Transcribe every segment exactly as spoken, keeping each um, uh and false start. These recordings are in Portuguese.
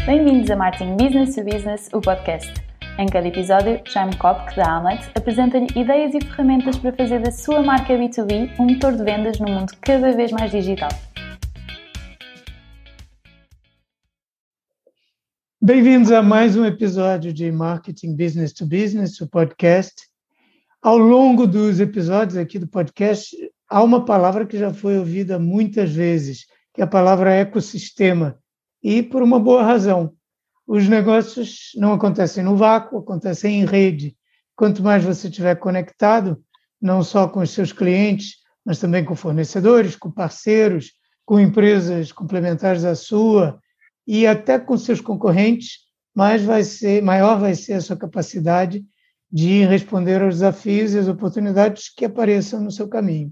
Bem-vindos a Marketing Business to Business, o podcast. Em cada episódio, Jaime Kopk, da Amlet, apresenta-lhe ideias e ferramentas para fazer da sua marca B dois B um motor de vendas num mundo cada vez mais digital. Bem-vindos a mais um episódio de Marketing Business to Business, o podcast. Ao longo dos episódios aqui do podcast, há uma palavra que já foi ouvida muitas vezes, que é a palavra ecossistema, e por uma boa razão. Os negócios não acontecem no vácuo, acontecem em rede. Quanto mais você estiver conectado, não só com os seus clientes, mas também com fornecedores, com parceiros, com empresas complementares à sua, e até com seus concorrentes, mais vai ser, maior vai ser a sua capacidade de responder aos desafios e às oportunidades que apareçam no seu caminho.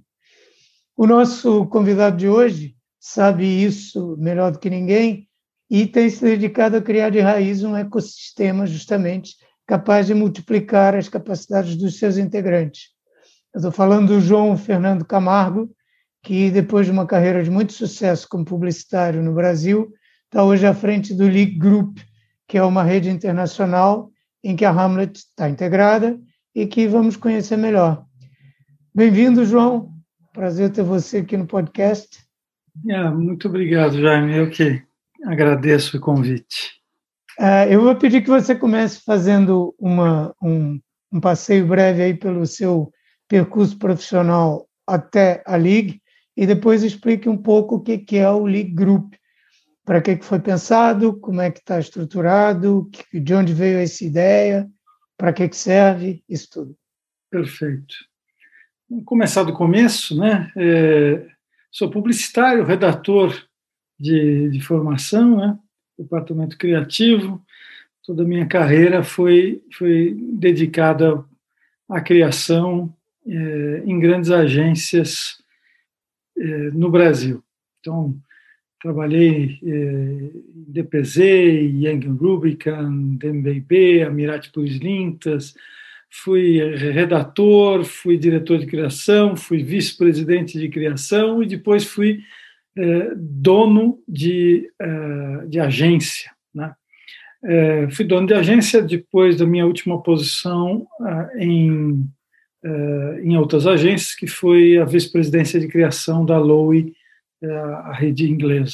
O nosso convidado de hoje sabe isso melhor do que ninguém e tem se dedicado a criar de raiz um ecossistema justamente capaz de multiplicar as capacidades dos seus integrantes. Eu estou falando do João Fernando Camargo, que depois de uma carreira de muito sucesso como publicitário no Brasil, está hoje à frente do League Group, que é uma rede internacional em que a Hamlet está integrada e que vamos conhecer melhor. Bem-vindo, João. Prazer ter você aqui no podcast. É, muito obrigado, Jaime. Eu que agradeço o convite. Uh, eu vou pedir que você comece fazendo uma, um, um passeio breve aí pelo seu percurso profissional até a League e depois explique um pouco o que, que é o League Group. Para que foi pensado, como é que está estruturado, de onde veio essa ideia, para que serve, isso tudo. Perfeito. Vamos começar do começo, né? É, sou publicitário, redator de, de formação, né? Departamento criativo. Toda a minha carreira foi, foi dedicada à criação é, em grandes agências é, no Brasil. Então, trabalhei em D P Z, Young Rubicon, D M B B, Amirati Puris Lintas, fui redator, fui diretor de criação, fui vice-presidente de criação e depois fui eh, dono de, eh, de agência. Né? Eh, fui dono de agência depois da minha última posição eh, em, eh, em outras agências, que foi a vice-presidência de criação da Loewe, a rede inglesa.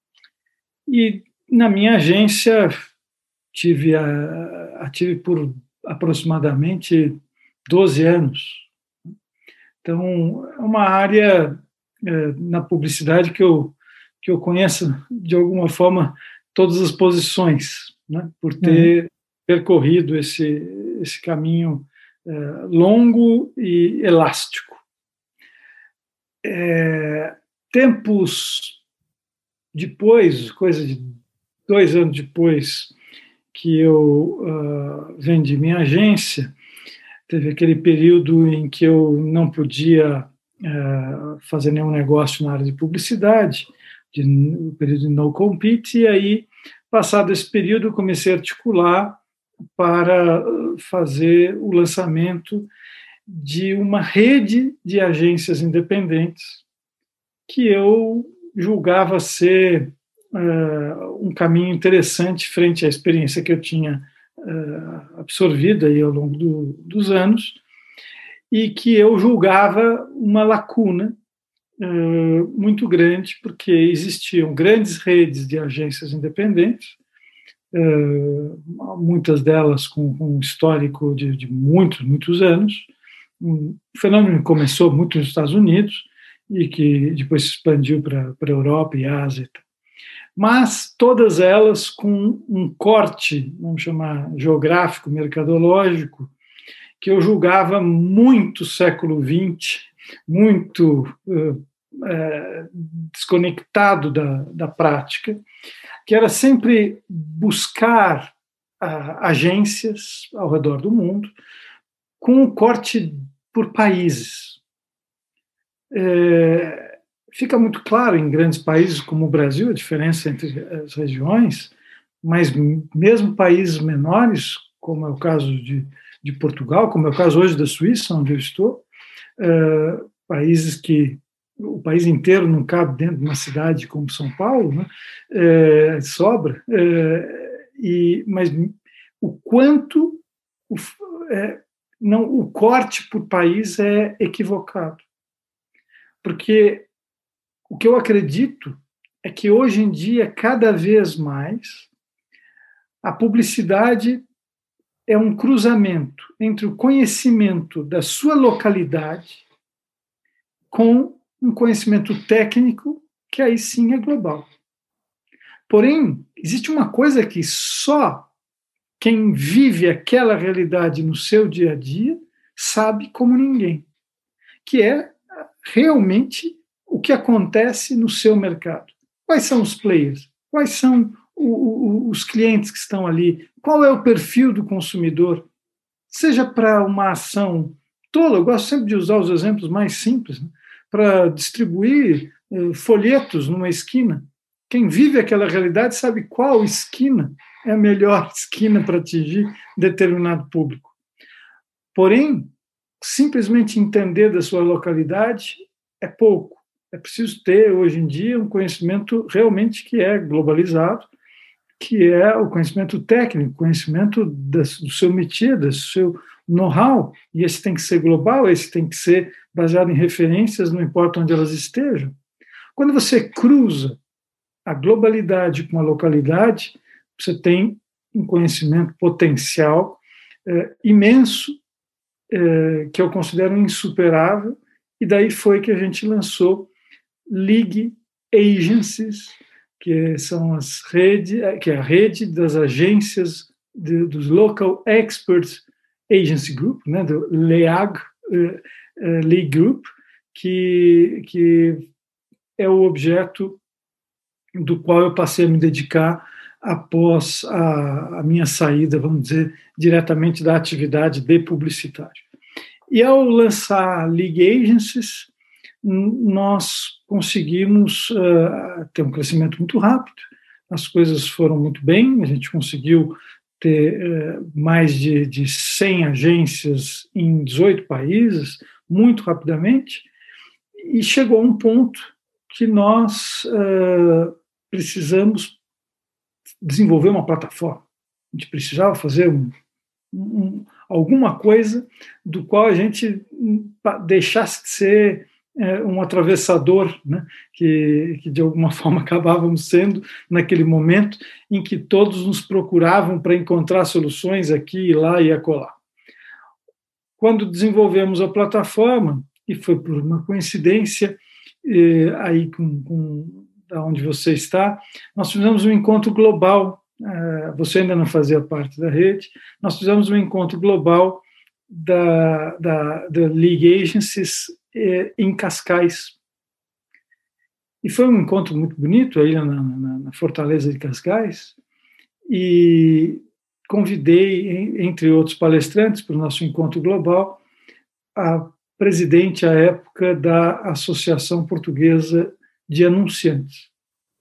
E na minha agência tive, a, a tive por aproximadamente doze anos. Então, é uma área é, na publicidade que eu, que eu conheço, de alguma forma, todas as posições, né, por ter uhum. percorrido esse, esse caminho é, longo e elástico. É, Tempos depois, coisa de dois anos depois que eu uh, vendi minha agência, teve aquele período em que eu não podia uh, fazer nenhum negócio na área de publicidade, de, o período de no compete, e aí, passado esse período, eu comecei a articular para fazer o lançamento de uma rede de agências independentes que eu julgava ser uh, um caminho interessante frente à experiência que eu tinha uh, absorvido aí ao longo do, dos anos e que eu julgava uma lacuna uh, muito grande, porque existiam grandes redes de agências independentes, uh, muitas delas com, com um histórico de, de muitos, muitos anos. O fenômeno começou muito nos Estados Unidos, e que depois se expandiu para a Europa e a Ásia. Mas todas elas com um corte, vamos chamar geográfico, mercadológico, que eu julgava muito século vinte, muito uh, uh, desconectado da, da prática, que era sempre buscar uh, agências ao redor do mundo com um corte por países. É, fica muito claro em grandes países como o Brasil a diferença entre as regiões, mas mesmo países menores, como é o caso de, de Portugal, como é o caso hoje da Suíça, onde eu estou, é, países que o país inteiro não cabe dentro de uma cidade como São Paulo, né? É, sobra, é, e, mas o quanto o, é, não, o corte por país é equivocado. Porque o que eu acredito é que hoje em dia, cada vez mais, a publicidade é um cruzamento entre o conhecimento da sua localidade com um conhecimento técnico que aí sim é global. Porém, existe uma coisa que só quem vive aquela realidade no seu dia a dia sabe como ninguém, que é realmente o que acontece no seu mercado. Quais são os players? Quais são o, o, os clientes que estão ali? Qual é o perfil do consumidor? Seja para uma ação tola, eu gosto sempre de usar os exemplos mais simples, né? Para distribuir eh, folhetos numa esquina. Quem vive aquela realidade sabe qual esquina é a melhor esquina para atingir determinado público. Porém, simplesmente entender da sua localidade é pouco. É preciso ter, hoje em dia, um conhecimento realmente que é globalizado, que é o conhecimento técnico, conhecimento do seu métier, do seu know-how, e esse tem que ser global, esse tem que ser baseado em referências, não importa onde elas estejam. Quando você cruza a globalidade com a localidade, você tem um conhecimento potencial é, imenso, é, que eu considero insuperável, e daí foi que a gente lançou League Agencies, que são as redes, que é a rede das agências de, dos Local Experts Agency Group, né, do LEAG, uh, uh, League Group, que, que é o objeto do qual eu passei a me dedicar após a, a minha saída, vamos dizer, diretamente da atividade de publicitário. E ao lançar League Agencies, nós conseguimos uh, ter um crescimento muito rápido, as coisas foram muito bem, a gente conseguiu ter uh, mais de, de cem agências em dezoito países, muito rapidamente, e chegou a um ponto que nós uh, precisamos desenvolver uma plataforma. A gente precisava fazer um, um, alguma coisa do qual a gente deixasse de ser é, um atravessador, né, que, que de alguma forma acabávamos sendo naquele momento em que todos nos procuravam para encontrar soluções aqui, lá e acolá. Quando desenvolvemos a plataforma, e foi por uma coincidência, eh, aí com, com da onde você está, nós fizemos um encontro global, uh, você ainda não fazia parte da rede, nós fizemos um encontro global da, da, da League Agencies eh, em Cascais. E foi um encontro muito bonito, aí na, na, na Fortaleza de Cascais, e convidei, entre outros palestrantes, para o nosso encontro global, a presidente, à época, da Associação Portuguesa de Anunciantes.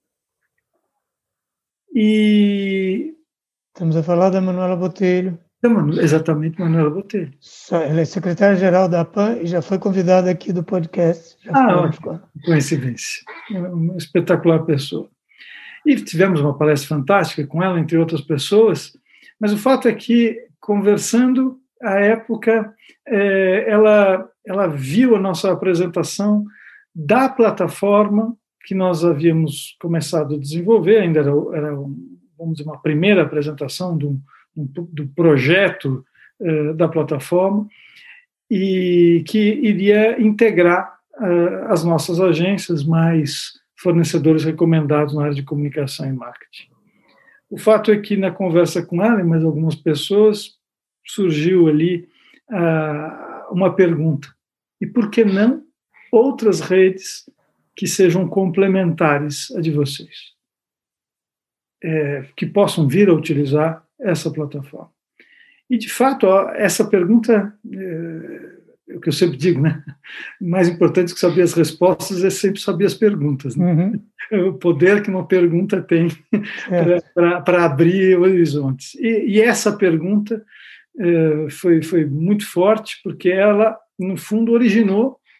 E... Estamos a falar da Manuela Botelho. Exatamente, Manuela Botelho. Ela é secretária-geral da A P A M e já foi convidada aqui do podcast. Já ah, ótimo. Coincidência. Uma espetacular pessoa. E tivemos uma palestra fantástica com ela, entre outras pessoas, mas o fato é que, conversando, à época, ela, ela viu a nossa apresentação da plataforma que nós havíamos começado a desenvolver, ainda era, era vamos dizer, uma primeira apresentação do, do projeto uh, da plataforma, e que iria integrar uh, as nossas agências mais fornecedores recomendados na área de comunicação e marketing. O fato é que, na conversa com ela e mais algumas pessoas, surgiu ali uh, uma pergunta: e por que não outras redes que sejam complementares a de vocês, é, que possam vir a utilizar essa plataforma? E, de fato, ó, essa pergunta, é, é o que eu sempre digo, né? O mais importante que saber as respostas é sempre saber as perguntas, né? Uhum. O poder que uma pergunta tem para abrir horizontes. E, e essa pergunta é, foi, foi muito forte, porque ela, no fundo, originou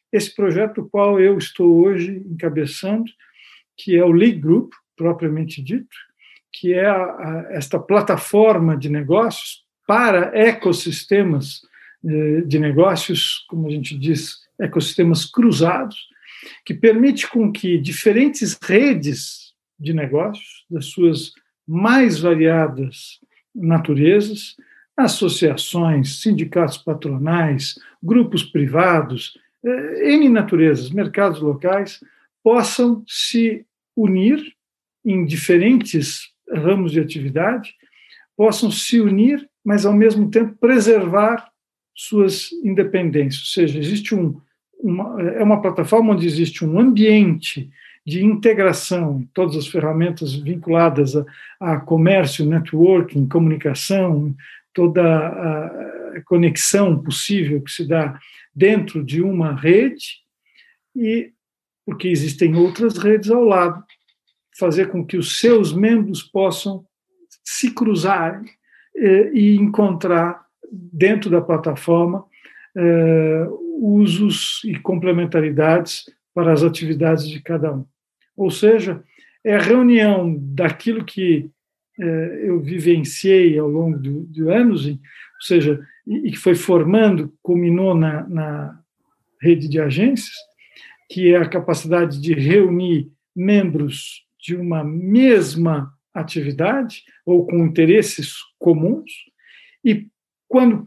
esse projeto o qual eu estou hoje encabeçando, que é o League Group, propriamente dito, que é a, a, esta plataforma de negócios para ecossistemas eh, de negócios, como a gente diz, ecossistemas cruzados, que permite com que diferentes redes de negócios, das suas mais variadas naturezas, associações, sindicatos patronais, grupos privados, eh, N naturezas, mercados locais, possam se unir em diferentes ramos de atividade, possam se unir, mas, ao mesmo tempo, preservar suas independências. Ou seja, existe um, uma, é uma plataforma onde existe um ambiente de integração, todas as ferramentas vinculadas a, a comércio, networking, comunicação, toda a conexão possível que se dá dentro de uma rede, e porque existem outras redes ao lado, fazer com que os seus membros possam se cruzar eh, e encontrar dentro da plataforma eh, usos e complementaridades para as atividades de cada um. Ou seja, é a reunião daquilo que eh, eu vivenciei ao longo de, de anos, ou seja, e, e que foi formando, culminou na, na rede de agências, que é a capacidade de reunir membros de uma mesma atividade ou com interesses comuns, e quando,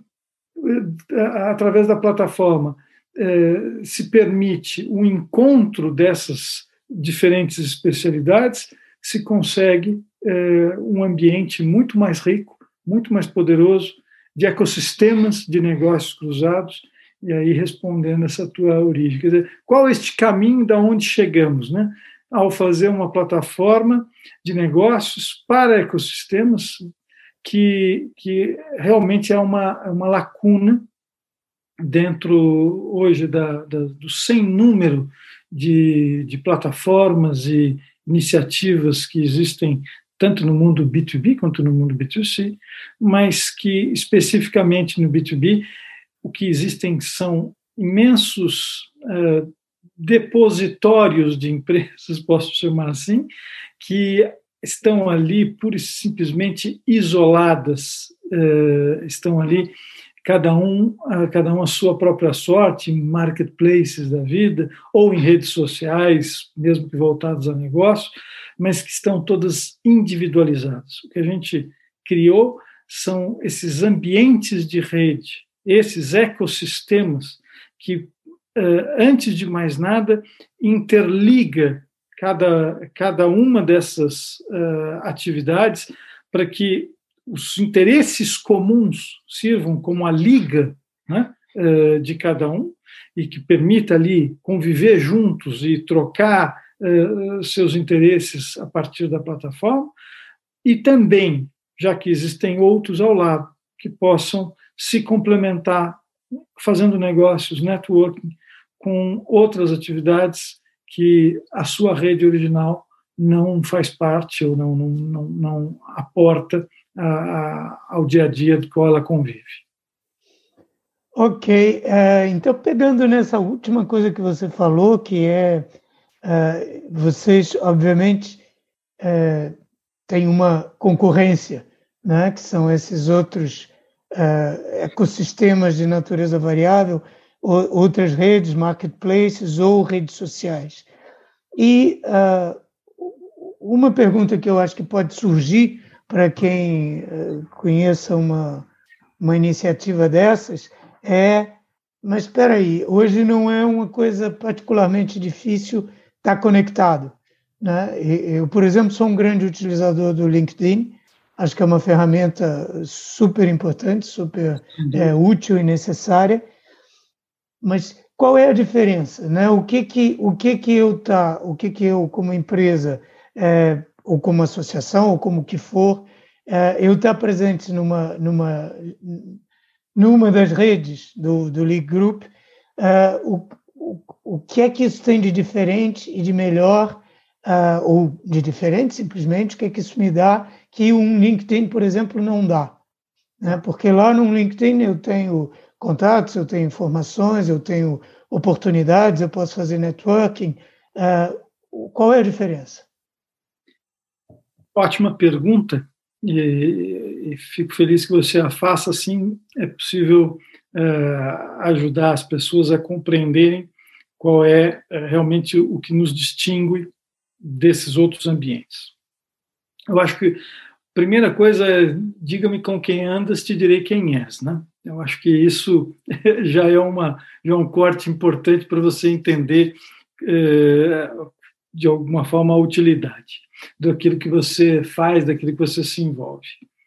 através da plataforma, eh, se permite o encontro dessas diferentes especialidades, se consegue eh, um ambiente muito mais rico, muito mais poderoso, de ecossistemas de negócios cruzados, e aí respondendo essa tua origem. Quer dizer, qual é este caminho da onde chegamos, né? Ao fazer uma plataforma de negócios para ecossistemas, que, que realmente é uma, uma lacuna dentro, hoje, da, da, do sem número de, de plataformas e iniciativas que existem tanto no mundo B dois B quanto no mundo B dois C, mas que, especificamente no B dois B, o que existem são imensos uh, depositórios de empresas, posso chamar assim, que estão ali pura e simplesmente isoladas, uh, estão ali cada um, uh, cada um a sua própria sorte, em marketplaces da vida, ou em redes sociais, mesmo que voltados a negócio, mas que estão todas individualizadas. O que a gente criou são esses ambientes de rede, esses ecossistemas que, antes de mais nada, interliga cada, cada uma dessas uh, atividades para que os interesses comuns sirvam como a liga, né, uh, de cada um, e que permita ali conviver juntos e trocar uh, seus interesses a partir da plataforma, e também, já que existem outros ao lado, que possam se complementar, fazendo negócios, networking, com outras atividades que a sua rede original não faz parte ou não, não, não, não aporta a, a, ao dia a dia do qual ela convive. Ok, uh, então pegando nessa última coisa que você falou, que é, uh, vocês obviamente uh, têm uma concorrência, né, que são esses outros uh, ecossistemas de natureza variável, ou, outras redes, marketplaces ou redes sociais. E uh, uma pergunta que eu acho que pode surgir para quem uh, conheça uma, uma iniciativa dessas é, mas espera aí, hoje não é uma coisa particularmente difícil estar conectado, né? Eu, por exemplo, sou um grande utilizador do LinkedIn, acho que é uma ferramenta super importante, super uhum. é, útil e necessária, mas qual é a diferença, né? O que que o que que eu tá, o que que eu como empresa é, ou como associação ou como que for, é, eu estar presente numa numa numa das redes do, do League Group, uh, o, o, o que é que isso tem de diferente e de melhor, uh, ou de diferente simplesmente, o que é que isso me dá que um LinkedIn, por exemplo, não dá, né? Porque lá no LinkedIn eu tenho contatos, eu tenho informações, eu tenho oportunidades, eu posso fazer networking. Uh, qual é a diferença? Ótima pergunta, e, e fico feliz que você a faça. Assim é possível uh, ajudar as pessoas a compreenderem qual é uh, realmente o que nos distingue desses outros ambientes. Eu acho que a primeira coisa é: diga-me com quem andas, te direi quem és, né? Eu acho que isso já é, uma, já é um corte importante para você entender uh, de alguma forma a utilidade daquilo que você faz, daquilo que você se envolve.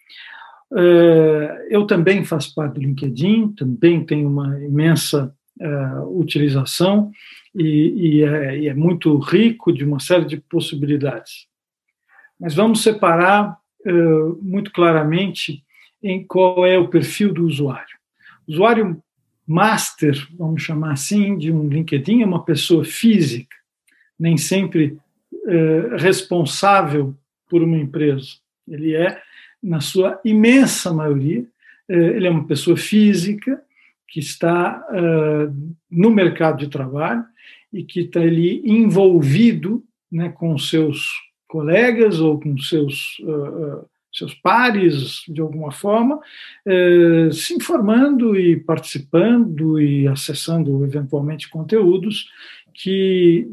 Eu também faço parte do LinkedIn, também tenho uma imensa uh, utilização e, e, é, e é muito rico de uma série de possibilidades. Mas vamos separar uh, muito claramente em qual é o perfil do usuário. O usuário master, vamos chamar assim, de um LinkedIn é uma pessoa física, nem sempre uh, responsável por uma empresa. Ele é, na sua imensa maioria, uh, ele é uma pessoa física que está uh, no mercado de trabalho e que está ali envolvido, né, com seus colegas ou com seus, uh, seus pares, de alguma forma, uh, se informando e participando e acessando, eventualmente, conteúdos que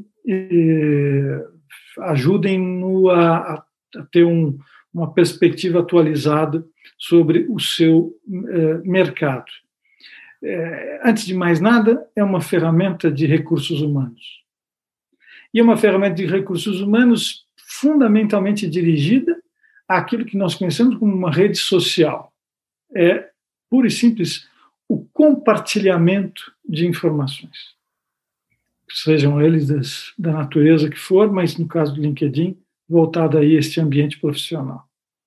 uh, ajudem no, a, a ter um, uma perspectiva atualizada sobre o seu uh, mercado. Uh, antes de mais nada, é uma ferramenta de recursos humanos. E é uma ferramenta de recursos humanos fundamentalmente dirigida àquilo que nós conhecemos como uma rede social. É, puro e simples, o compartilhamento de informações. Sejam eles das, da natureza que for, mas no caso do LinkedIn, voltado a este ambiente profissional.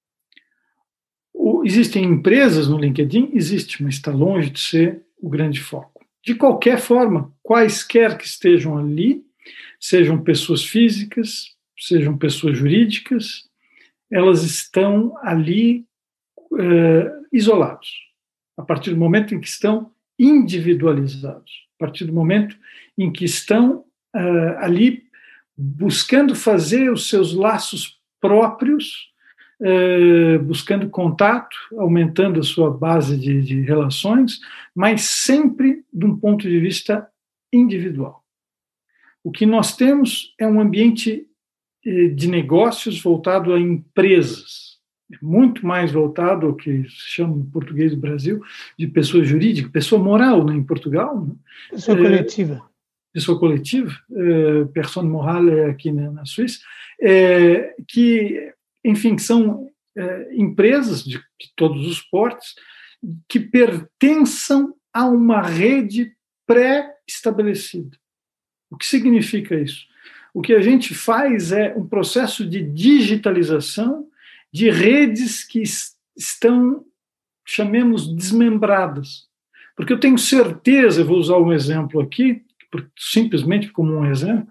O, existem empresas no LinkedIn? Existe, mas está longe de ser o grande foco. De qualquer forma, quaisquer que estejam ali, sejam pessoas físicas, sejam pessoas jurídicas, elas estão ali uh, isolados, a partir do momento em que estão individualizados, a partir do momento em que estão uh, ali buscando fazer os seus laços próprios, uh, buscando contato, aumentando a sua base de, de relações, mas sempre de um ponto de vista individual. O que nós temos é um ambiente de negócios voltado a empresas, muito mais voltado ao que se chama em português do Brasil de pessoa jurídica, pessoa moral, né, em Portugal. Né? Pessoa coletiva. É, pessoa coletiva, é, personne morale aqui na, na Suíça, é, que, enfim, são é, empresas de, de todos os portes que pertençam a uma rede pré-estabelecida. O que significa isso? O que a gente faz é um processo de digitalização de redes que estão, chamemos, desmembradas. Porque eu tenho certeza, eu vou usar um exemplo aqui, simplesmente como um exemplo,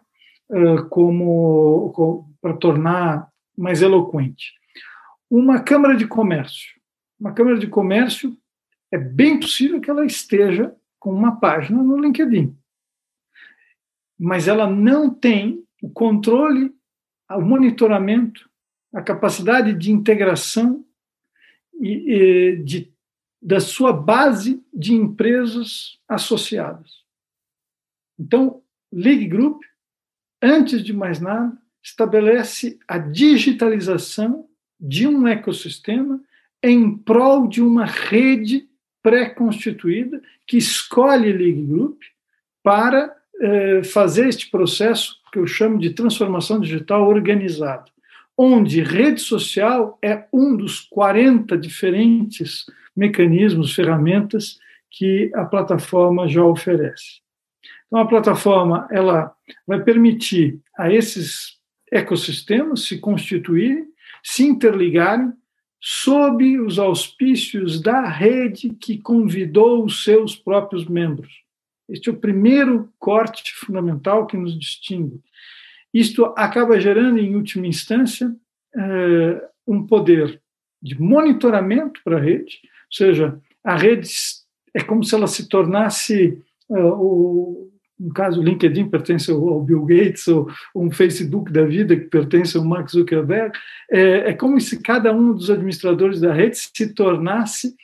como, como para tornar mais eloquente. Uma Câmara de Comércio. Uma Câmara de Comércio é bem possível que ela esteja com uma página no LinkedIn. Mas ela não tem o controle, o monitoramento, a capacidade de integração e, e, de, da sua base de empresas associadas. Então, League Group, antes de mais nada, estabelece a digitalização de um ecossistema em prol de uma rede pré-constituída que escolhe League Group para eh, fazer este processo que eu chamo de transformação digital organizada, onde rede social é um dos quarenta diferentes mecanismos, ferramentas que a plataforma já oferece. Então, a plataforma ela vai permitir a esses ecossistemas se constituírem, se interligarem sob os auspícios da rede que convidou os seus próprios membros. Este é o primeiro corte fundamental que nos distingue. Isto acaba gerando, em última instância, um poder de monitoramento para a rede, ou seja, a rede é como se ela se tornasse o no caso o LinkedIn pertence ao Bill Gates, ou um Facebook da vida que pertence ao Mark Zuckerberg, é, é como se cada um dos administradores da rede se tornasse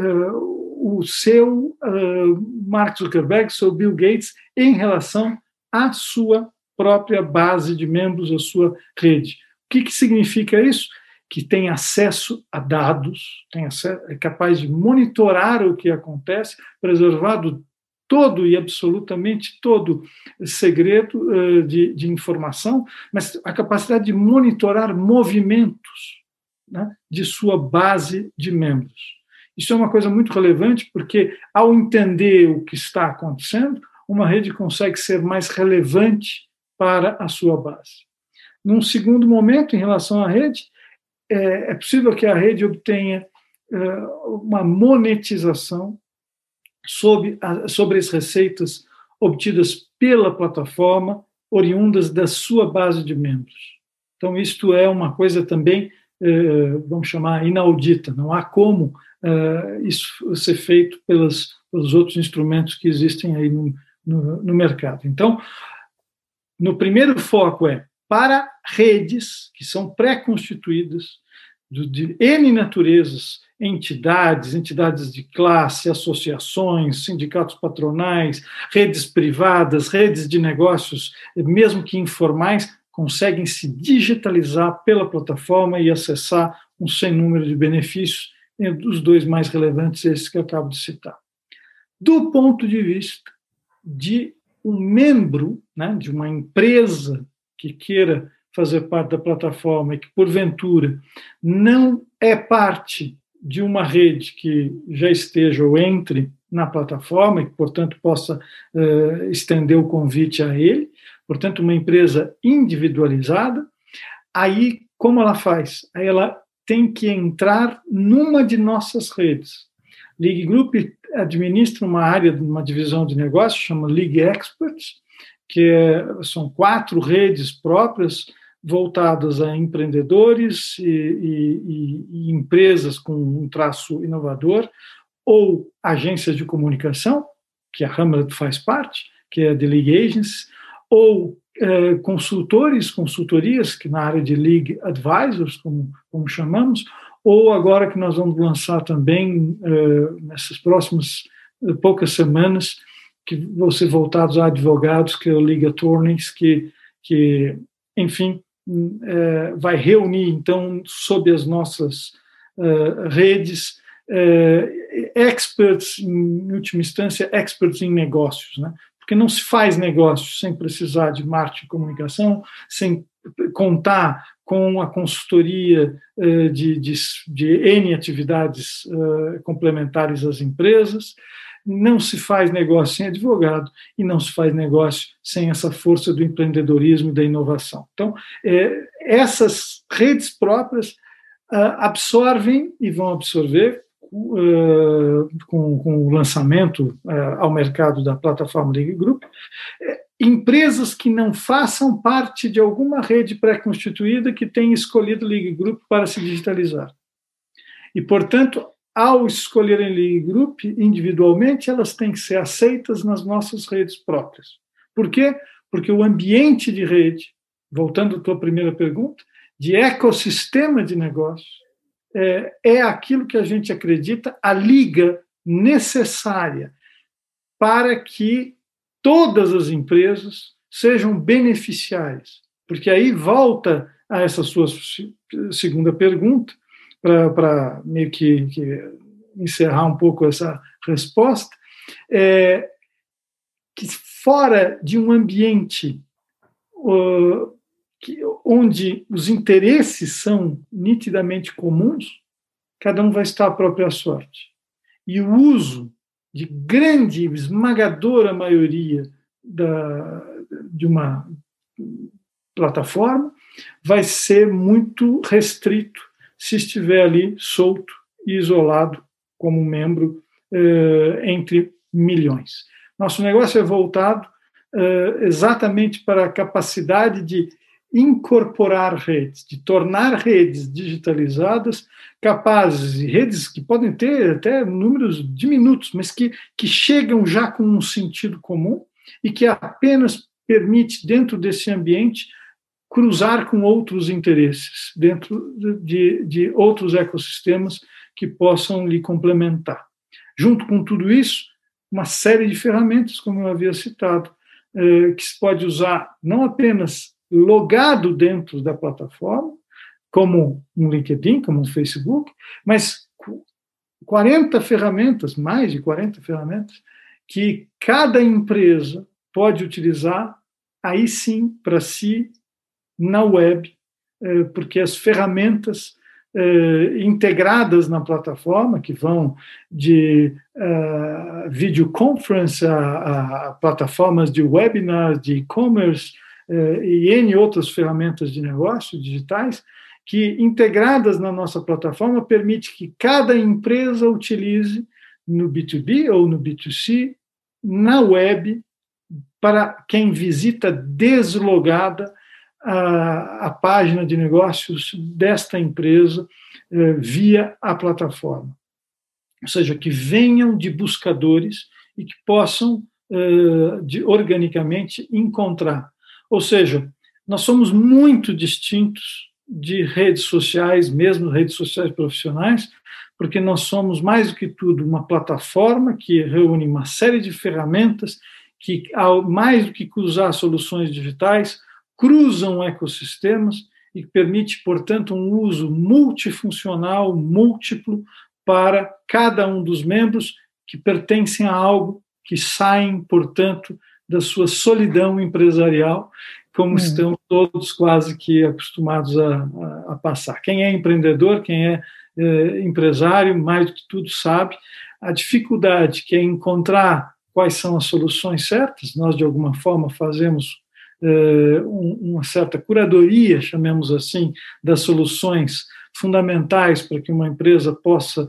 uh, o seu uh, Mark Zuckerberg, seu Bill Gates, em relação à sua própria base de membros, à sua rede. O que, que significa isso? Que tem acesso a dados, tem acesso, é capaz de monitorar o que acontece, preservado todo e absolutamente todo segredo uh, de, de informação, mas a capacidade de monitorar movimentos, né, de sua base de membros. Isso é uma coisa muito relevante, porque ao entender o que está acontecendo, uma rede consegue ser mais relevante para a sua base. Num segundo momento, em relação à rede, é, é possível que a rede obtenha uh, uma monetização sobre, a, sobre as receitas obtidas pela plataforma, oriundas da sua base de membros. Então, isto é uma coisa também, uh, vamos chamar, inaudita. Não há como uh, isso ser feito pelas, pelos outros instrumentos que existem aí no, no, no mercado. Então, no primeiro foco é para redes que são pré-constituídas de N naturezas, entidades, entidades de classe, associações, sindicatos patronais, redes privadas, redes de negócios, mesmo que informais, conseguem se digitalizar pela plataforma e acessar um sem número de benefícios, os dois mais relevantes, esses que eu acabo de citar. Do ponto de vista de um membro, né, de uma empresa que queira fazer parte da plataforma e que, porventura, não é parte de uma rede que já esteja ou entre na plataforma e que, portanto, possa uh, estender o convite a ele, portanto, uma empresa individualizada, aí, como ela faz? Aí ela tem que entrar numa de nossas redes. League Group administra uma área, uma divisão de negócio, chama League Experts, que é, são quatro redes próprias voltadas a empreendedores e, e, e empresas com um traço inovador, ou agências de comunicação, que a Hamlet faz parte, que é a The League Agency, ou eh, consultores, consultorias, que na área de League Advisors, como, como chamamos, ou agora que nós vamos lançar também, eh, nessas próximas eh, poucas semanas, que vão ser voltados a advogados, que é o League Attorneys, que, que enfim, eh, vai reunir, então, sob as nossas eh, redes, eh, experts, em última instância, experts em negócios, né? Porque não se faz negócio sem precisar de marketing e comunicação, sem contar com a consultoria uh, de, de, de N atividades uh, complementares às empresas. Não se faz negócio sem advogado e não se faz negócio sem essa força do empreendedorismo e da inovação. Então, é, essas redes próprias uh, absorvem e vão absorver Uh, com, com o lançamento uh, ao mercado da plataforma League Group, uh, empresas que não façam parte de alguma rede pré-constituída que tenha escolhido League Group para se digitalizar. E, portanto, ao escolherem League Group individualmente, elas têm que ser aceitas nas nossas redes próprias. Por quê? Porque o ambiente de rede, voltando à tua primeira pergunta, de ecossistema de negócios, É, é aquilo que a gente acredita, a liga necessária para que todas as empresas sejam beneficiárias. Porque aí volta a essa sua segunda pergunta, para meio que, que encerrar um pouco essa resposta, é, que fora de um ambiente uh, Que, onde os interesses são nitidamente comuns, cada um vai estar à própria sorte. E o uso de grande, esmagadora maioria da, de uma plataforma vai ser muito restrito se estiver ali solto e isolado como membro eh, entre milhões. Nosso negócio é voltado eh, exatamente para a capacidade de incorporar redes, de tornar redes digitalizadas capazes, redes que podem ter até números diminutos, mas que, que chegam já com um sentido comum e que apenas permite, dentro desse ambiente, cruzar com outros interesses, dentro de, de outros ecossistemas que possam lhe complementar. Junto com tudo isso, uma série de ferramentas, como eu havia citado, eh, que se pode usar não apenas logado dentro da plataforma, como um LinkedIn, como um Facebook, mas quarenta ferramentas, mais de quarenta ferramentas, que cada empresa pode utilizar, aí sim, para si, na web, porque as ferramentas integradas na plataforma, que vão de uh, videoconference a, a plataformas de webinars, de e-commerce uh, e N outras ferramentas de negócio digitais, que integradas na nossa plataforma permite que cada empresa utilize no B dois B ou no B dois C, na web, para quem visita deslogada a, a página de negócios desta empresa eh, via a plataforma. Ou seja, que venham de buscadores e que possam eh, de, organicamente encontrar. Ou seja, nós somos muito distintos de redes sociais, mesmo redes sociais profissionais, porque nós somos, mais do que tudo, uma plataforma que reúne uma série de ferramentas que, mais do que cruzar soluções digitais, cruzam ecossistemas e permite, portanto, um uso multifuncional, múltiplo, para cada um dos membros que pertencem a algo, que saem, portanto, da sua solidão empresarial, como hum. estão todos quase que acostumados a, a, a passar. Quem é empreendedor, quem é, é empresário, mais do que tudo sabe a dificuldade que é encontrar quais são as soluções certas. Nós, de alguma forma, fazemos é, um, uma certa curadoria, chamemos assim, das soluções fundamentais para que uma empresa possa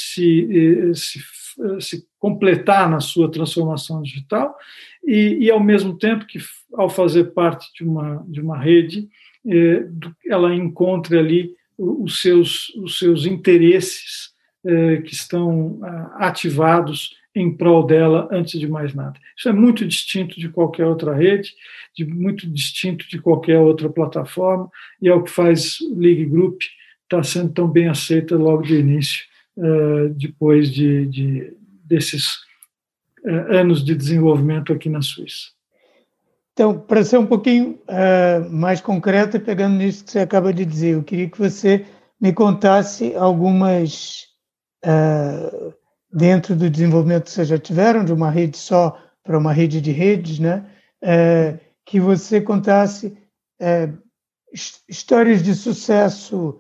se, se, se completar na sua transformação digital e, e, ao mesmo tempo que, ao fazer parte de uma, de uma rede, eh, ela encontre ali os seus, os seus interesses eh, que estão ah, ativados em prol dela antes de mais nada. Isso é muito distinto de qualquer outra rede, de, muito distinto de qualquer outra plataforma, e é o que faz League Group estar sendo tão bem aceita logo de início, uh, depois de, de, desses uh, anos de desenvolvimento aqui na Suíça. Então, para ser um pouquinho uh, mais concreta, pegando nisso que você acaba de dizer, eu queria que você me contasse algumas, uh, dentro do desenvolvimento que vocês já tiveram, de uma rede só para uma rede de redes, né? Uh, que você contasse uh, histórias de sucesso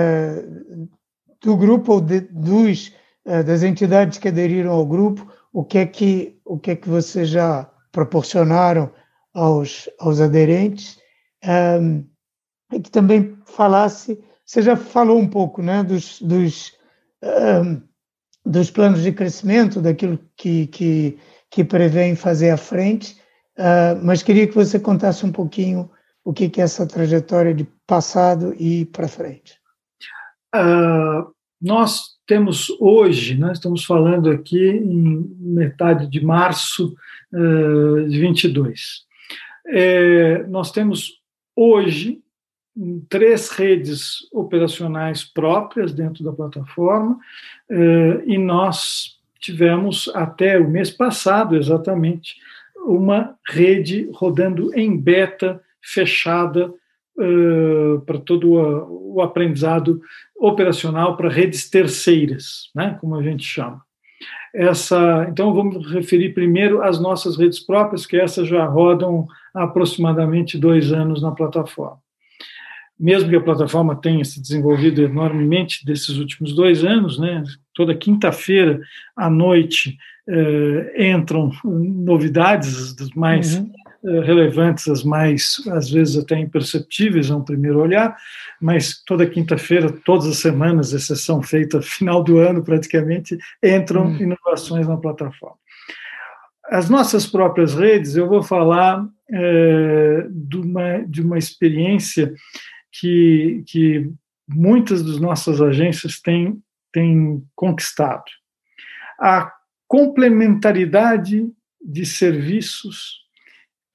Uh, do grupo ou de, dos, uh, das entidades que aderiram ao grupo, o que é que, o que, é que vocês já proporcionaram aos, aos aderentes, um, e que também falasse, você já falou um pouco, né, dos, dos, um, dos planos de crescimento, daquilo que, que, que prevêem fazer à frente, uh, mas queria que você contasse um pouquinho o que, que é essa trajetória de passado e para frente. Uh, nós temos hoje, nós estamos falando aqui em metade de março uh, de vinte e dois, é, nós temos hoje três redes operacionais próprias dentro da plataforma, uh, e nós tivemos até o mês passado, exatamente, uma rede rodando em beta fechada Uh, para todo o, o aprendizado operacional para redes terceiras, né, como a gente chama. Essa, então, vamos referir primeiro às nossas redes próprias, que essas já rodam há aproximadamente dois anos na plataforma. Mesmo que a plataforma tenha se desenvolvido enormemente desses últimos dois anos, né, toda quinta-feira à noite uh, entram novidades das mais... Uhum. relevantes, as mais, às vezes até imperceptíveis a um primeiro olhar, mas toda quinta-feira, todas as semanas, exceção feita final do ano praticamente, entram hum. inovações na plataforma. As nossas próprias redes, eu vou falar é, de, uma, de uma experiência que, que muitas das nossas agências têm, têm conquistado. A complementaridade de serviços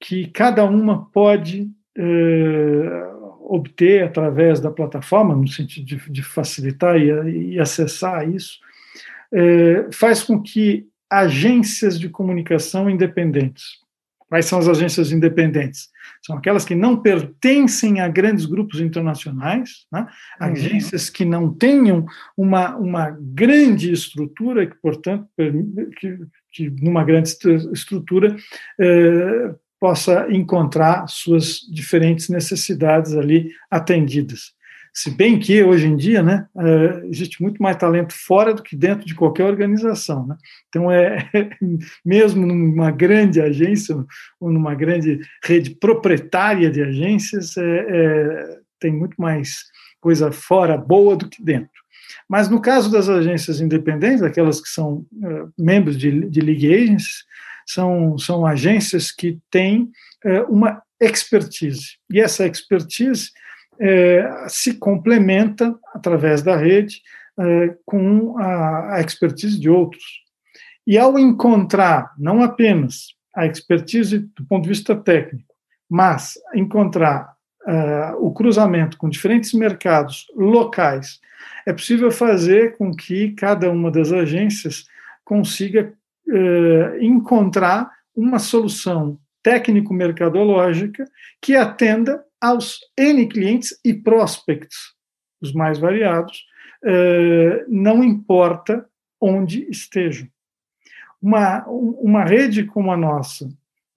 que cada uma pode eh, obter através da plataforma, no sentido de, de facilitar e, e acessar isso, eh, faz com que agências de comunicação independentes. Quais são as agências independentes? São aquelas que não pertencem a grandes grupos internacionais, né? Agências que não tenham uma, uma grande estrutura, que, portanto, que, que numa grande estrutura eh, possa encontrar suas diferentes necessidades ali atendidas. Se bem que, hoje em dia, né, existe muito mais talento fora do que dentro de qualquer organização, né? Então, é, mesmo numa grande agência, ou numa grande rede proprietária de agências, é, é, tem muito mais coisa fora boa do que dentro. Mas, no caso das agências independentes, aquelas que são uh, membros de, de League Agencies, são, são agências que têm uh, uma expertise. E essa expertise É, se complementa, através da rede, é, com a, a expertise de outros. E ao encontrar, não apenas a expertise do ponto de vista técnico, mas encontrar é, o cruzamento com diferentes mercados locais, é possível fazer com que cada uma das agências consiga é, encontrar uma solução técnico-mercadológica que atenda aos N clientes e prospects, os mais variados, eh, não importa onde estejam. Uma, uma rede como a nossa,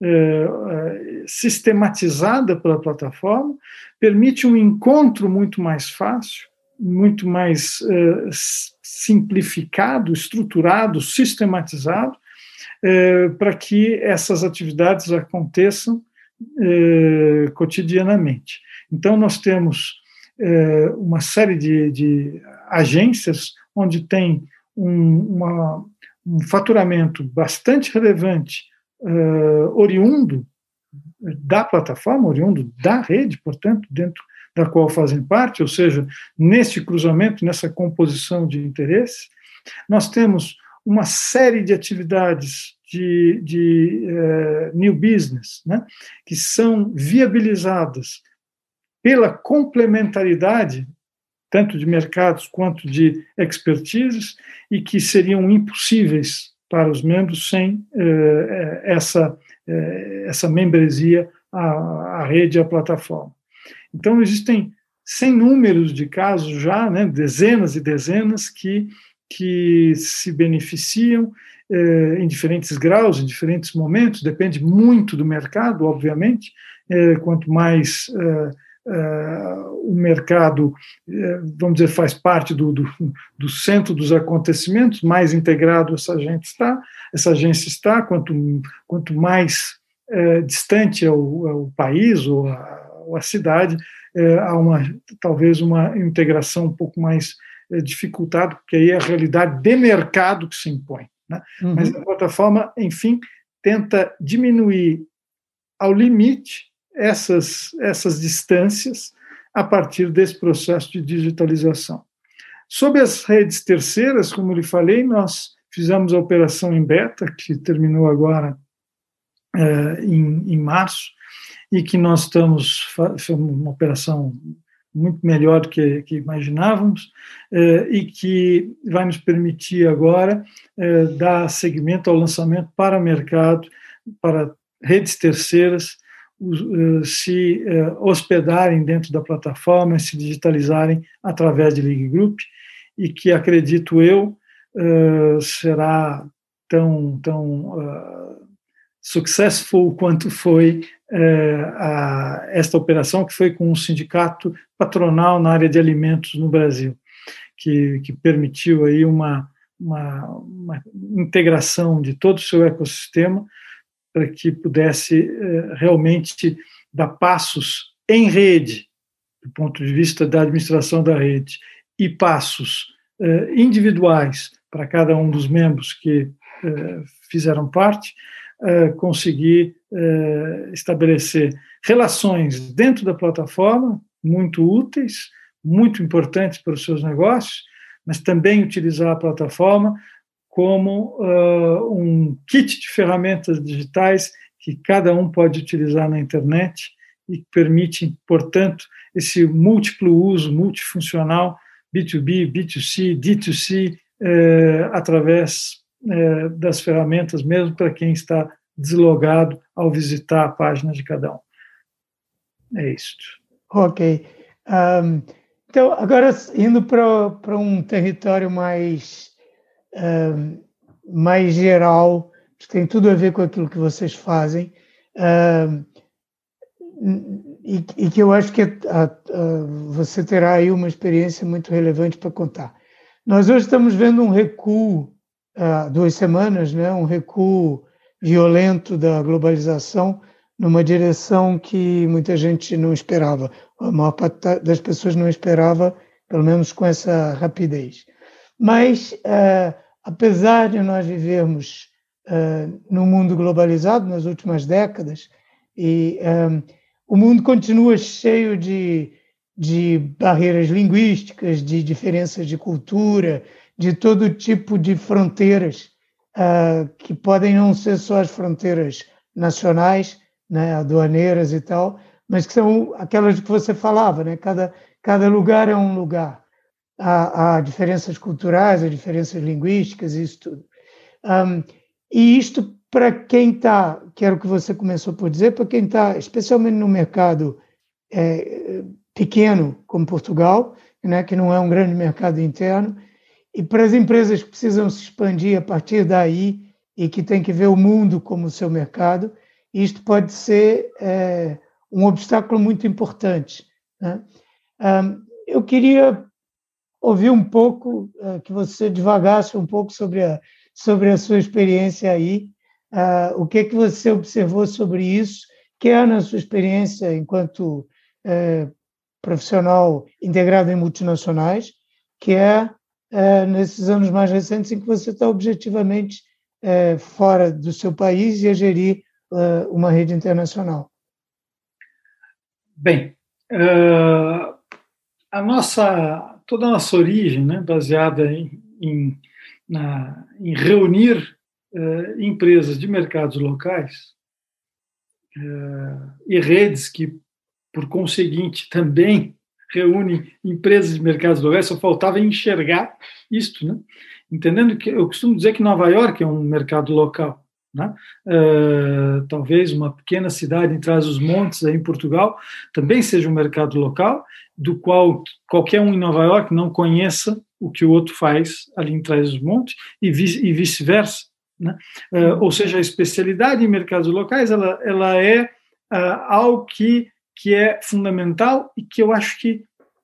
eh, sistematizada pela plataforma, permite um encontro muito mais fácil, muito mais eh, simplificado, estruturado, sistematizado, eh, para que essas atividades aconteçam Eh, cotidianamente. Então, nós temos eh, uma série de, de agências onde tem um, uma, um faturamento bastante relevante, eh, oriundo da plataforma, oriundo da rede, portanto, dentro da qual fazem parte, ou seja, nesse cruzamento, nessa composição de interesse. Nós temos uma série de atividades de, de uh, new business, né, que são viabilizadas pela complementaridade, tanto de mercados quanto de expertises, e que seriam impossíveis para os membros sem uh, essa, uh, essa membresia à, à rede e à plataforma. Então, existem sem números de casos já, né, dezenas e dezenas, que que se beneficiam eh, em diferentes graus, em diferentes momentos, depende muito do mercado, obviamente, eh, quanto mais eh, eh, o mercado, eh, vamos dizer, faz parte do, do, do centro dos acontecimentos, mais integrado essa agência está, essa agência está, quanto, quanto mais eh, distante é o, é o país ou a, ou a cidade, eh, há uma, talvez uma integração um pouco mais dificultado, porque aí é a realidade de mercado que se impõe, né? Uhum. Mas a plataforma, enfim, tenta diminuir ao limite essas, essas distâncias a partir desse processo de digitalização. Sobre as redes terceiras, como eu lhe falei, nós fizemos a operação em beta, que terminou agora é, em, em março, e que nós estamos, foi uma operação muito melhor do que, que imaginávamos, eh, e que vai nos permitir agora eh, dar seguimento ao lançamento para mercado, para redes terceiras, uh, se uh, hospedarem dentro da plataforma, se digitalizarem através de League Group, e que, acredito eu, uh, será tão, tão uh, successful quanto foi uh, a, esta operação, que foi com um sindicato patronal na área de alimentos no Brasil, que, que permitiu aí uma, uma, uma integração de todo o seu ecossistema para que pudesse uh, realmente dar passos em rede, do ponto de vista da administração da rede, e passos uh, individuais para cada um dos membros que uh, fizeram parte, uh, conseguir uh, estabelecer relações dentro da plataforma muito úteis, muito importantes para os seus negócios, mas também utilizar a plataforma como uh, um kit de ferramentas digitais que que cada um pode utilizar na internet e que permite, portanto, esse múltiplo uso, multifuncional, B dois B, B dois C, D dois C, eh, através eh, das ferramentas, mesmo para quem está deslogado ao visitar a página de cada um. É isso. Ok. Um, então, agora indo para, para um território mais, um, mais geral, que tem tudo a ver com aquilo que vocês fazem, um, e, e que eu acho que a, a, a, você terá aí uma experiência muito relevante para contar. Nós hoje estamos vendo um recuo, há duas semanas, né, um recuo violento da globalização numa direção que muita gente não esperava, a maior parte das pessoas não esperava, pelo menos com essa rapidez. Mas, uh, apesar de nós vivermos uh, num mundo globalizado nas últimas décadas, e um, o mundo continua cheio de, de barreiras linguísticas, de diferenças de cultura, de todo tipo de fronteiras, uh, que podem não ser só as fronteiras nacionais, né, aduaneiras e tal, mas que são aquelas que você falava, né? Cada, cada lugar é um lugar. Há, há diferenças culturais, há diferenças linguísticas, isso tudo. Um, e isto, para quem está, que era o que você começou por dizer, para quem está, especialmente no mercado é, pequeno, como Portugal, né, que não é um grande mercado interno, e para as empresas que precisam se expandir a partir daí e que têm que ver o mundo como seu mercado, isto pode ser é, um obstáculo muito importante, né? Um, eu queria ouvir um pouco, uh, que você divagasse um pouco sobre a, sobre a sua experiência aí, uh, o que é que você observou sobre isso, quer na sua experiência enquanto uh, profissional integrado em multinacionais, quer uh, nesses anos mais recentes em que você está objetivamente uh, fora do seu país e a gerir uma rede internacional. Bem, uh, a nossa, toda a nossa origem, né, baseada em, em, na, em reunir uh, empresas de mercados locais uh, e redes que, por conseguinte, também reúnem empresas de mercados locais, só faltava enxergar isto, né? Entendendo que eu costumo dizer que Nova York é um mercado local. Né? Uh, talvez uma pequena cidade em Trás-os-Montes, aí em Portugal, também seja um mercado local, do qual qualquer um em Nova York não conheça o que o outro faz ali em Trás-os-Montes e, vice, e vice-versa. Né? Uh, ou seja, a especialidade em mercados locais ela, ela é uh, algo que, que é fundamental e que eu acho que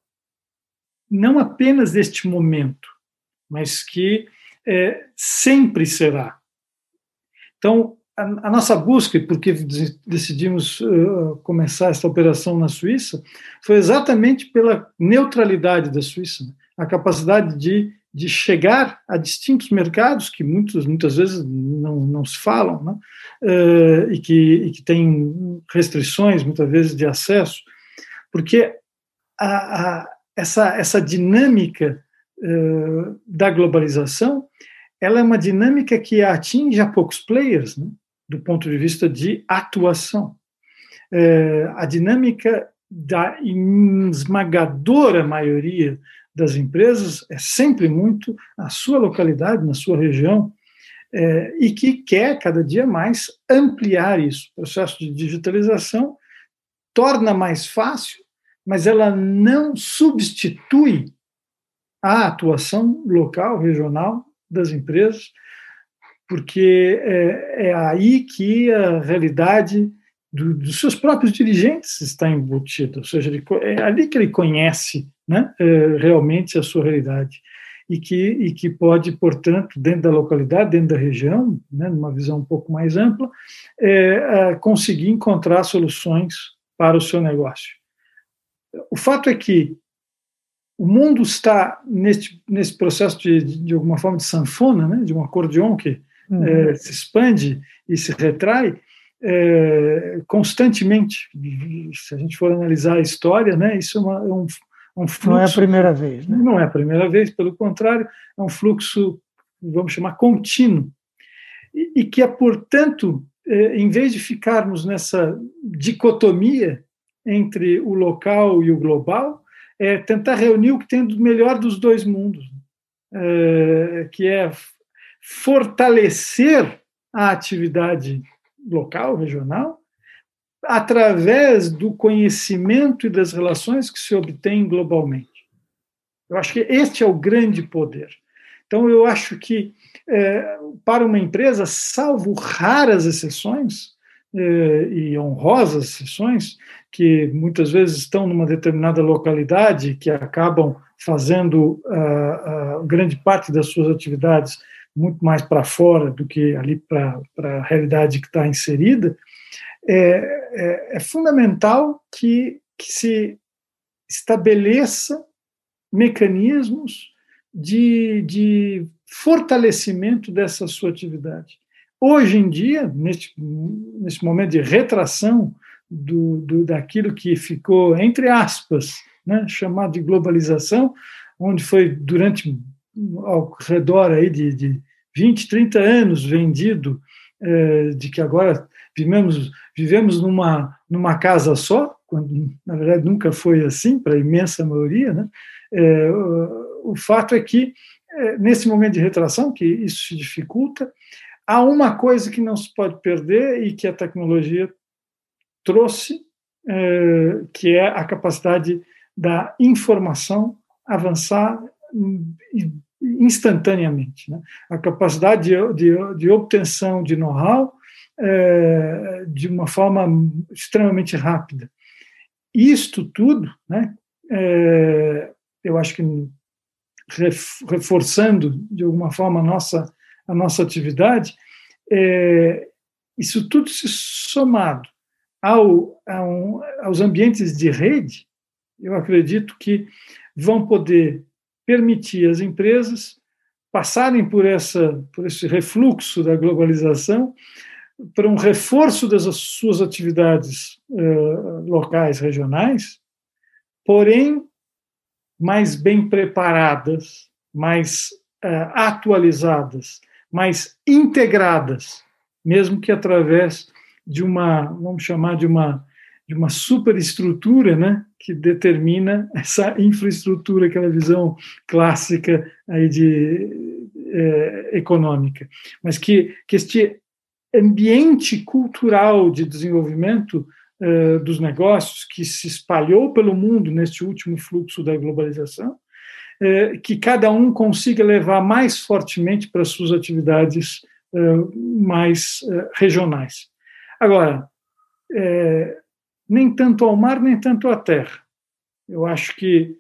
não apenas deste momento, mas que uh, sempre será. Então, a, a nossa busca, porque decidimos uh, começar essa operação na Suíça, foi exatamente pela neutralidade da Suíça, né? A capacidade de, de chegar a distintos mercados que muitos, muitas vezes não, não se falam, né? uh, e, que, e que têm restrições, muitas vezes, de acesso, porque a, a, essa, essa dinâmica uh, da globalização ela é uma dinâmica que atinge a poucos players, né, do ponto de vista de atuação. É, a dinâmica da esmagadora maioria das empresas é sempre muito na sua localidade, na sua região, é, e que quer cada dia mais ampliar isso. O processo de digitalização torna mais fácil, mas ela não substitui a atuação local, regional, das empresas, porque é, é aí que a realidade do, dos seus próprios dirigentes está embutida, ou seja, ele, é ali que ele conhece, né, é, realmente a sua realidade e que, e que pode, portanto, dentro da localidade, dentro da região, né, numa visão um pouco mais ampla, é, é, conseguir encontrar soluções para o seu negócio. O fato é que o mundo está nesse, nesse processo de, de, de alguma forma, de sanfona, né, de um acordeão que uhum. é, se expande e se retrai é, constantemente. Se a gente for analisar a história, né, isso é, uma, é, um, é um fluxo... Não é a primeira vez. Né? Não é a primeira vez, pelo contrário, é um fluxo, vamos chamar, contínuo. E, e que é, portanto, em vez de ficarmos nessa dicotomia entre o local e o global, é tentar reunir o que tem do melhor dos dois mundos, é, que é fortalecer a atividade local, regional, através do conhecimento e das relações que se obtêm globalmente. Eu acho que este é o grande poder. Então, eu acho que, é, para uma empresa, salvo raras exceções, é, e honrosas exceções, que muitas vezes estão numa determinada localidade, que acabam fazendo a, a grande parte das suas atividades muito mais para fora do que ali para a realidade que está inserida, é, é, é fundamental que, que se estabeleça mecanismos de, de fortalecimento dessa sua atividade. Hoje em dia, neste, nesse momento de retração do, do, daquilo que ficou, entre aspas, né, chamado de globalização, onde foi durante ao redor aí de, de vinte, trinta anos vendido, eh, de que agora vivemos, vivemos numa, numa casa só, quando na verdade nunca foi assim, para a imensa maioria, né? É, o, o fato é que, é, nesse momento de retração, que isso se dificulta, há uma coisa que não se pode perder e que a tecnologia trouxe, é, que é a capacidade da informação avançar instantaneamente, né? A capacidade de, de, de obtenção de know-how é, de uma forma extremamente rápida. Isto tudo, né, é, eu acho que reforçando de alguma forma a nossa, a nossa atividade, é, isso tudo se somado ao, ao, aos ambientes de rede, eu acredito que vão poder permitir às empresas passarem por, essa, por esse refluxo da globalização para um reforço das suas atividades uh, locais, regionais, porém mais bem preparadas, mais uh, atualizadas, mais integradas, mesmo que através de uma, vamos chamar de uma, de uma superestrutura, né, que determina essa infraestrutura, aquela visão clássica aí de, eh, econômica, mas que, que este ambiente cultural de desenvolvimento uh, dos negócios que se espalhou pelo mundo neste último fluxo da globalização, uh, que cada um consiga levar mais fortemente para as suas atividades uh, mais uh, regionais. Agora, uh, nem tanto ao mar, nem tanto à terra. Eu acho que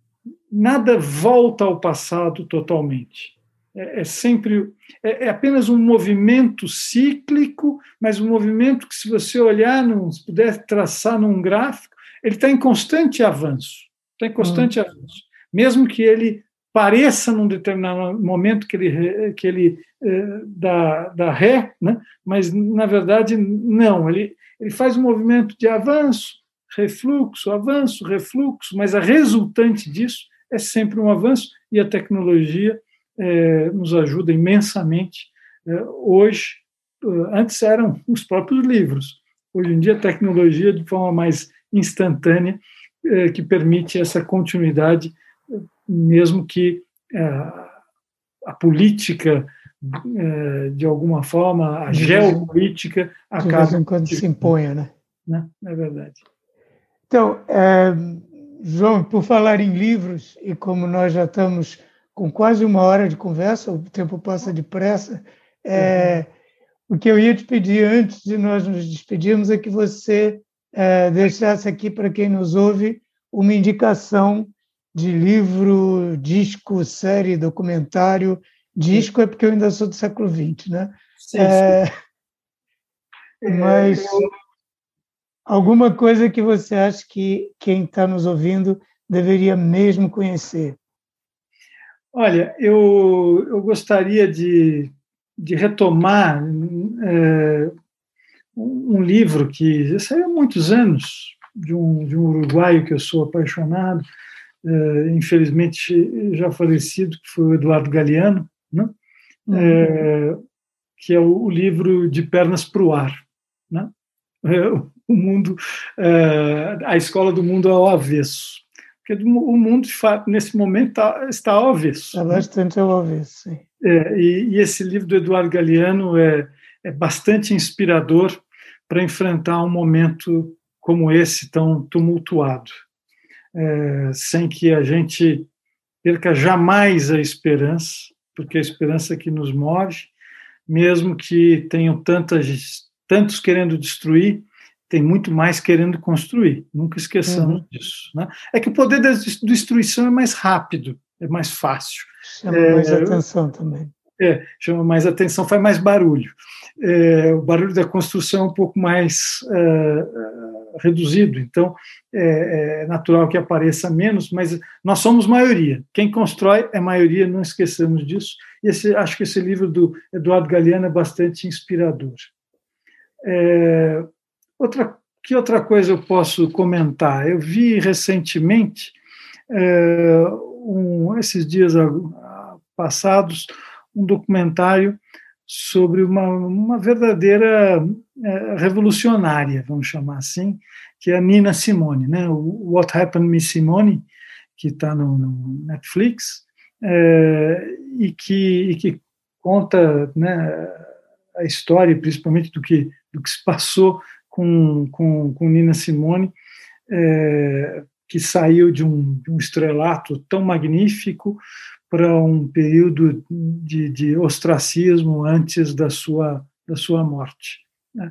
nada volta ao passado totalmente. É sempre, é apenas um movimento cíclico, mas um movimento que, se você olhar, num, se puder traçar num gráfico, ele está em constante avanço, está em constante hum. avanço. Mesmo que ele pareça, num determinado momento, que ele, que ele eh, dá, dá ré, né? Mas, na verdade, não. Ele, ele faz um movimento de avanço, refluxo, avanço, refluxo, mas a resultante disso é sempre um avanço, e a tecnologia É, nos ajuda imensamente. É, hoje, antes eram os próprios livros, hoje em dia a tecnologia de forma mais instantânea, é, que permite essa continuidade, mesmo que é, a política, é, de alguma forma, a de geopolítica de acabe... De vez em quando se imponha, né? né? É verdade. Então, é, João, por falar em livros, e como nós já estamos com quase uma hora de conversa, o tempo passa depressa, é, uhum. o que eu ia te pedir antes de nós nos despedirmos é que você é, deixasse aqui para quem nos ouve uma indicação de livro, disco, série, documentário. Disco é porque eu ainda sou do século vinte, né? Sim, é, sim. Mas alguma coisa que você acha que quem está nos ouvindo deveria mesmo conhecer? Olha, eu, eu gostaria de, de retomar é, um livro que já saiu há muitos anos, de um, de um uruguaio que eu sou apaixonado, é, infelizmente já falecido, que foi o Eduardo Galeano, né? É, que é o, o livro De Pernas para o Ar, né? É, o mundo, é, a escola do mundo ao avesso. Porque o mundo, de fato, nesse momento, tá, está ao avesso. Está bastante ao avesso, sim. É, e, e esse livro do Eduardo Galeano é, é bastante inspirador para enfrentar um momento como esse, tão tumultuado, é, sem que a gente perca jamais a esperança, porque a esperança é que nos move, mesmo que tenham tantas, tantos querendo destruir, tem muito mais querendo construir. Nunca esqueçamos uhum. disso. Né? É que o poder da destruição é mais rápido, é mais fácil. Chama é, mais atenção também. É, chama mais atenção, faz mais barulho. É, o barulho da construção é um pouco mais uh, reduzido, então é, é natural que apareça menos, mas nós somos maioria. Quem constrói é maioria, não esqueçamos disso. E esse, acho que esse livro do Eduardo Galeano é bastante inspirador. É, outra, que outra coisa eu posso comentar? Eu vi recentemente, é, um, esses dias passados, um documentário sobre uma, uma verdadeira é, revolucionária, vamos chamar assim, que é a Nina Simone, né? O What Happened to Miss Simone, que está no, no Netflix, é, e, que, e que conta, né, a história, principalmente do que, do que se passou com, com, com Nina Simone, é, que saiu de um, de um estrelato tão magnífico para um período de, de ostracismo antes da sua, da sua morte. Né?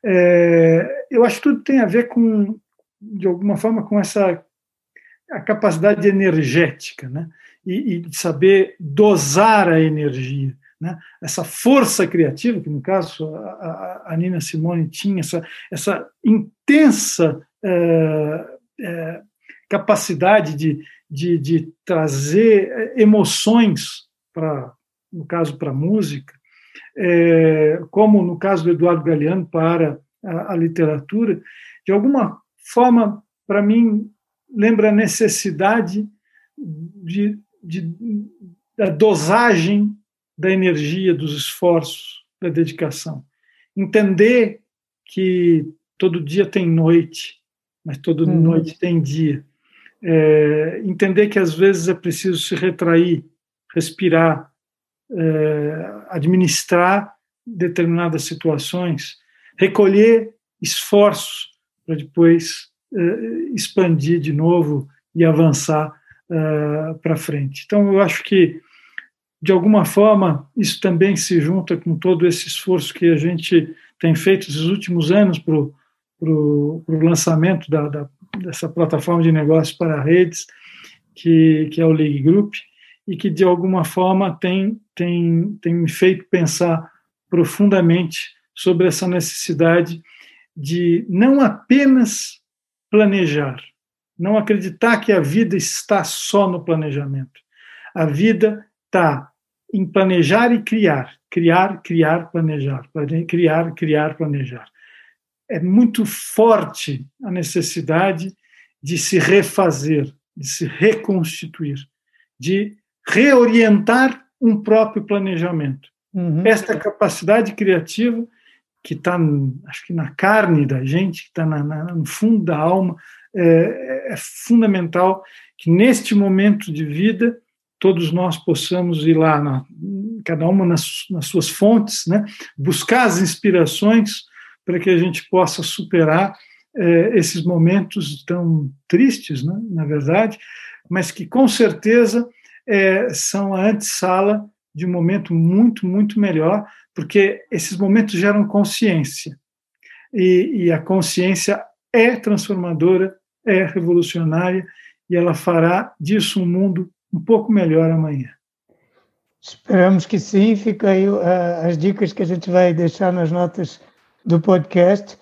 É, eu acho que tudo tem a ver com, de alguma forma, com essa a capacidade energética, né? e, e de saber dosar a energia. Né? Essa força criativa, que no caso a, a, a Nina Simone tinha, essa, essa intensa é, é, capacidade de De, de trazer emoções, para, no caso, para a música, é, como no caso do Eduardo Galeano, para a, a literatura, de alguma forma, para mim, lembra a necessidade de, de, da dosagem da energia, dos esforços, da dedicação. Entender que todo dia tem noite, mas toda hum. noite tem dia. É, entender que às vezes é preciso se retrair, respirar, é, administrar determinadas situações, recolher esforços para depois é, expandir de novo e avançar é, para frente. Então, eu acho que, de alguma forma, isso também se junta com todo esse esforço que a gente tem feito nos últimos anos para o lançamento da, da dessa plataforma de negócios para redes, que, que é o League Group, e que, de alguma forma, tem, tem, tem me feito pensar profundamente sobre essa necessidade de não apenas planejar, não acreditar que a vida está só no planejamento. A vida está em planejar e criar, criar, criar, planejar, criar, criar, planejar. É muito forte a necessidade de se refazer, de se reconstituir, de reorientar um próprio planejamento. Uhum. Esta capacidade criativa que está, acho que na carne da gente, que está no fundo da alma, é, é fundamental que neste momento de vida todos nós possamos ir lá, na, cada uma nas, nas suas fontes, né, buscar as inspirações para que a gente possa superar eh, esses momentos tão tristes, né, na verdade, mas que, com certeza, eh, são a antessala de um momento muito, muito melhor, porque esses momentos geram consciência. E, e a consciência é transformadora, é revolucionária, e ela fará disso um mundo um pouco melhor amanhã. Esperamos que sim. Fica aí uh, as dicas que a gente vai deixar nas notas do podcast.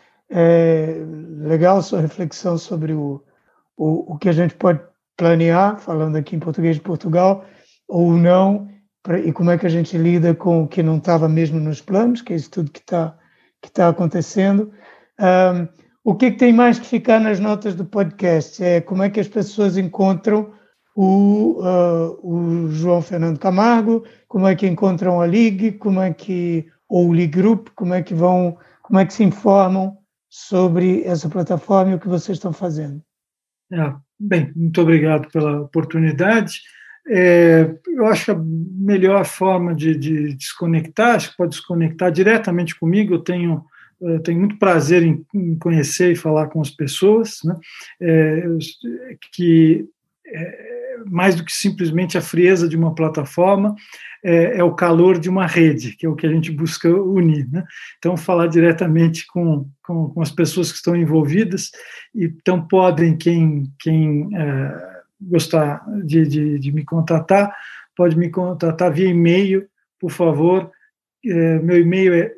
É legal a sua reflexão sobre o, o, o que a gente pode planear, falando aqui em português de Portugal, ou não, pra, e como é que a gente lida com o que não estava mesmo nos planos, que é isso tudo que está que tá acontecendo. Um, o que, que tem mais que ficar nas notas do podcast? É como é que as pessoas encontram o, uh, o João Fernando Camargo, como é que encontram a Ligue, como é que ou o League Group, como é que vão, como é que se informam sobre essa plataforma e o que vocês estão fazendo? É, bem, muito obrigado pela oportunidade. É, eu acho que a melhor forma de, de desconectar, acho que pode desconectar diretamente comigo. Eu tenho, eu tenho muito prazer em, em conhecer e falar com as pessoas, né? É, que é, mais do que simplesmente a frieza de uma plataforma, é, é o calor de uma rede, que é o que a gente busca unir, né? Então, falar diretamente com, com, com as pessoas que estão envolvidas, e então podem, quem, quem é, gostar de, de, de me contatar, pode me contatar via e-mail, por favor. É, meu e-mail é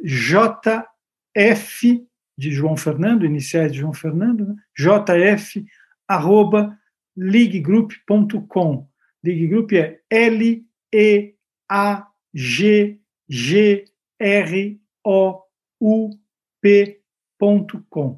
jf, de João Fernando, iniciais de João Fernando, né? jf, arroba, leaguegroup ponto com. League Group é L E A G G R O U P ponto com.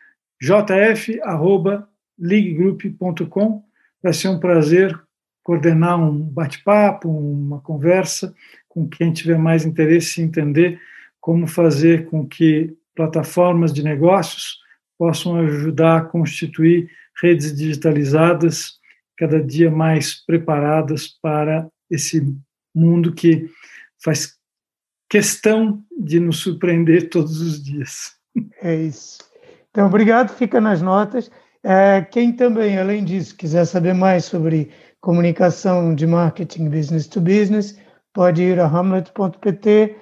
jf, arroba, leaguegroup ponto com. Vai ser um prazer coordenar um bate-papo, uma conversa com quem tiver mais interesse em entender como fazer com que plataformas de negócios possam ajudar a constituir redes digitalizadas cada dia mais preparadas para esse mundo que faz questão de nos surpreender todos os dias. É isso. Então, obrigado, fica nas notas. Quem também, além disso, quiser saber mais sobre comunicação de marketing business to business, pode ir a hamlet ponto p t.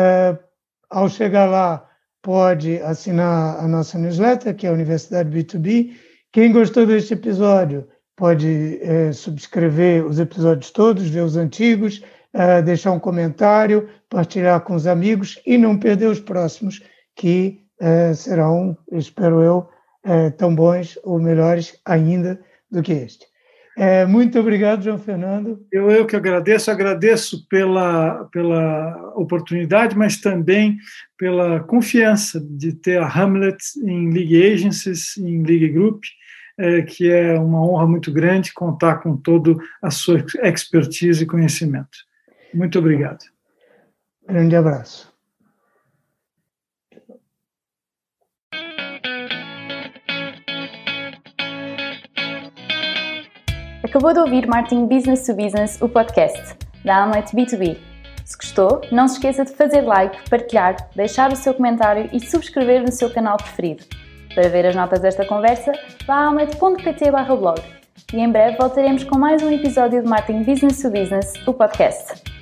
Ao chegar lá, pode assinar a nossa newsletter, que é a Universidade B dois B. Quem gostou deste episódio pode é, subscrever os episódios todos, ver os antigos, é, deixar um comentário, partilhar com os amigos e não perder os próximos, que é, serão, espero eu, é, tão bons ou melhores ainda do que este. É, muito obrigado, João Fernando. Eu, eu que agradeço, agradeço pela, pela oportunidade, mas também pela confiança de ter a Hamlet em League Agencies, em League Group, é, que é uma honra muito grande contar com toda a sua expertise e conhecimento. Muito obrigado. Grande abraço. Acabou de ouvir Marketing Business to Business, o podcast da Hamlet B dois B. Se gostou, não se esqueça de fazer like, partilhar, deixar o seu comentário e subscrever no seu canal preferido. Para ver as notas desta conversa, vá a hamlet ponto p t barra blog. E em breve voltaremos com mais um episódio de Marketing Business to Business, o podcast.